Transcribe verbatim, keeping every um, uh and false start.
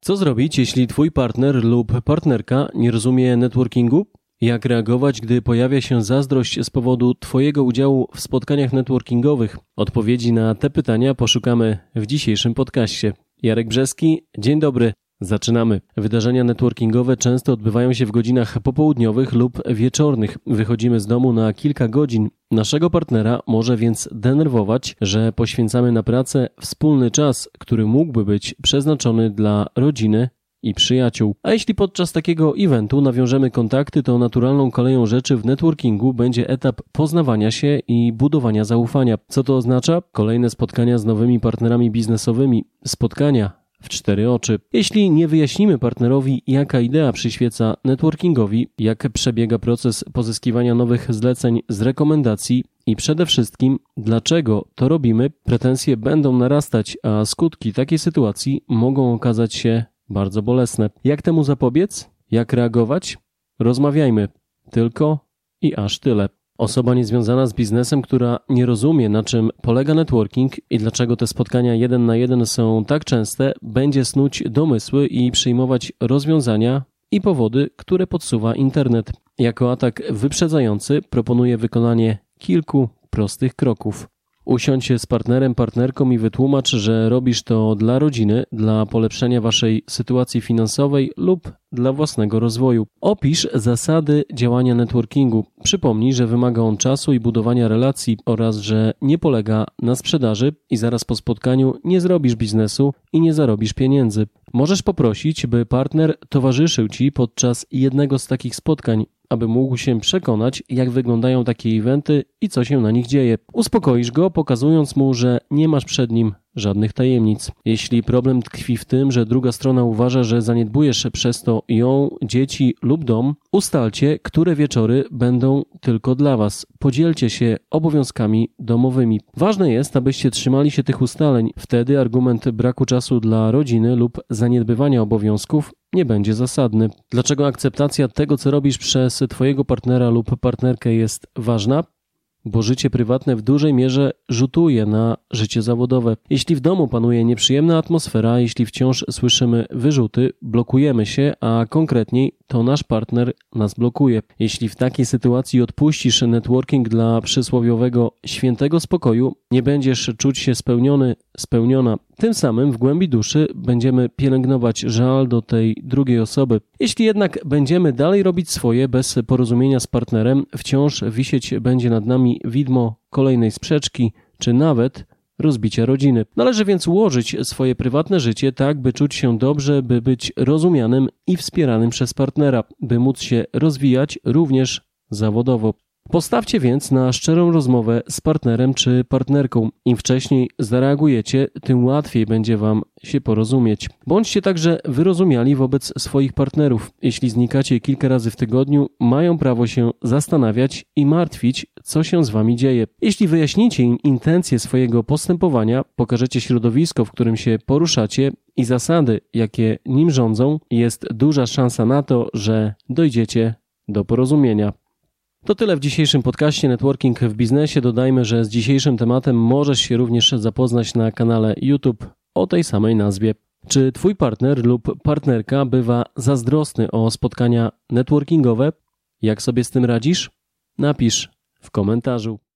Co zrobić, jeśli twój partner lub partnerka nie rozumie networkingu? Jak reagować, gdy pojawia się zazdrość z powodu twojego udziału w spotkaniach networkingowych? Odpowiedzi na te pytania poszukamy w dzisiejszym podcaście. Jarek Brzeski, dzień dobry. Zaczynamy. Wydarzenia networkingowe często odbywają się w godzinach popołudniowych lub wieczornych. Wychodzimy z domu na kilka godzin. Naszego partnera może więc denerwować, że poświęcamy na pracę wspólny czas, który mógłby być przeznaczony dla rodziny i przyjaciół. A jeśli podczas takiego eventu nawiążemy kontakty, to naturalną koleją rzeczy w networkingu będzie etap poznawania się i budowania zaufania. Co to oznacza? Kolejne spotkania z nowymi partnerami biznesowymi. Spotkania w cztery oczy. Jeśli nie wyjaśnimy partnerowi, jaka idea przyświeca networkingowi, jak przebiega proces pozyskiwania nowych zleceń z rekomendacji i przede wszystkim dlaczego to robimy, pretensje będą narastać, a skutki takiej sytuacji mogą okazać się bardzo bolesne. Jak temu zapobiec? Jak reagować? Rozmawiajmy. Tylko i aż tyle. Osoba niezwiązana z biznesem, która nie rozumie, na czym polega networking i dlaczego te spotkania jeden na jeden są tak częste, będzie snuć domysły i przyjmować rozwiązania i powody, które podsuwa internet. Jako atak wyprzedzający proponuje wykonanie kilku prostych kroków. Usiądź się z partnerem, partnerką i wytłumacz, że robisz to dla rodziny, dla polepszenia waszej sytuacji finansowej lub dla własnego rozwoju. Opisz zasady działania networkingu. Przypomnij, że wymaga on czasu i budowania relacji oraz, że nie polega na sprzedaży i zaraz po spotkaniu nie zrobisz biznesu i nie zarobisz pieniędzy. Możesz poprosić, by partner towarzyszył ci podczas jednego z takich spotkań, aby mógł się przekonać, jak wyglądają takie eventy i co się na nich dzieje. Uspokoisz go, pokazując mu, że nie masz przed nim żadnych tajemnic. Jeśli problem tkwi w tym, że druga strona uważa, że zaniedbujesz przez to ją, dzieci lub dom, ustalcie, które wieczory będą tylko dla was. Podzielcie się obowiązkami domowymi. Ważne jest, abyście trzymali się tych ustaleń. Wtedy argument braku czasu dla rodziny lub zaniedbywania obowiązków nie będzie zasadny. Dlaczego akceptacja tego, co robisz przez twojego partnera lub partnerkę jest ważna? Bo życie prywatne w dużej mierze rzutuje na życie zawodowe. Jeśli w domu panuje nieprzyjemna atmosfera, jeśli wciąż słyszymy wyrzuty, blokujemy się, a konkretniej to nasz partner nas blokuje. Jeśli w takiej sytuacji odpuścisz networking dla przysłowiowego świętego spokoju, nie będziesz czuć się spełniony, spełniona. Tym samym w głębi duszy będziemy pielęgnować żal do tej drugiej osoby. Jeśli jednak będziemy dalej robić swoje bez porozumienia z partnerem, wciąż wisieć będzie nad nami widmo kolejnej sprzeczki, czy nawet rozbicia rodziny. Należy więc ułożyć swoje prywatne życie tak, by czuć się dobrze, by być rozumianym i wspieranym przez partnera, by móc się rozwijać również zawodowo. Postawcie więc na szczerą rozmowę z partnerem czy partnerką. Im wcześniej zareagujecie, tym łatwiej będzie wam się porozumieć. Bądźcie także wyrozumiali wobec swoich partnerów. Jeśli znikacie kilka razy w tygodniu, mają prawo się zastanawiać i martwić, co się z wami dzieje. Jeśli wyjaśnicie im intencje swojego postępowania, pokażecie środowisko, w którym się poruszacie i zasady, jakie nim rządzą, jest duża szansa na to, że dojdziecie do porozumienia. To tyle w dzisiejszym podcaście Networking w biznesie. Dodajmy, że z dzisiejszym tematem możesz się również zapoznać na kanale YouTube o tej samej nazwie. Czy twój partner lub partnerka bywa zazdrosny o spotkania networkingowe? Jak sobie z tym radzisz? Napisz w komentarzu.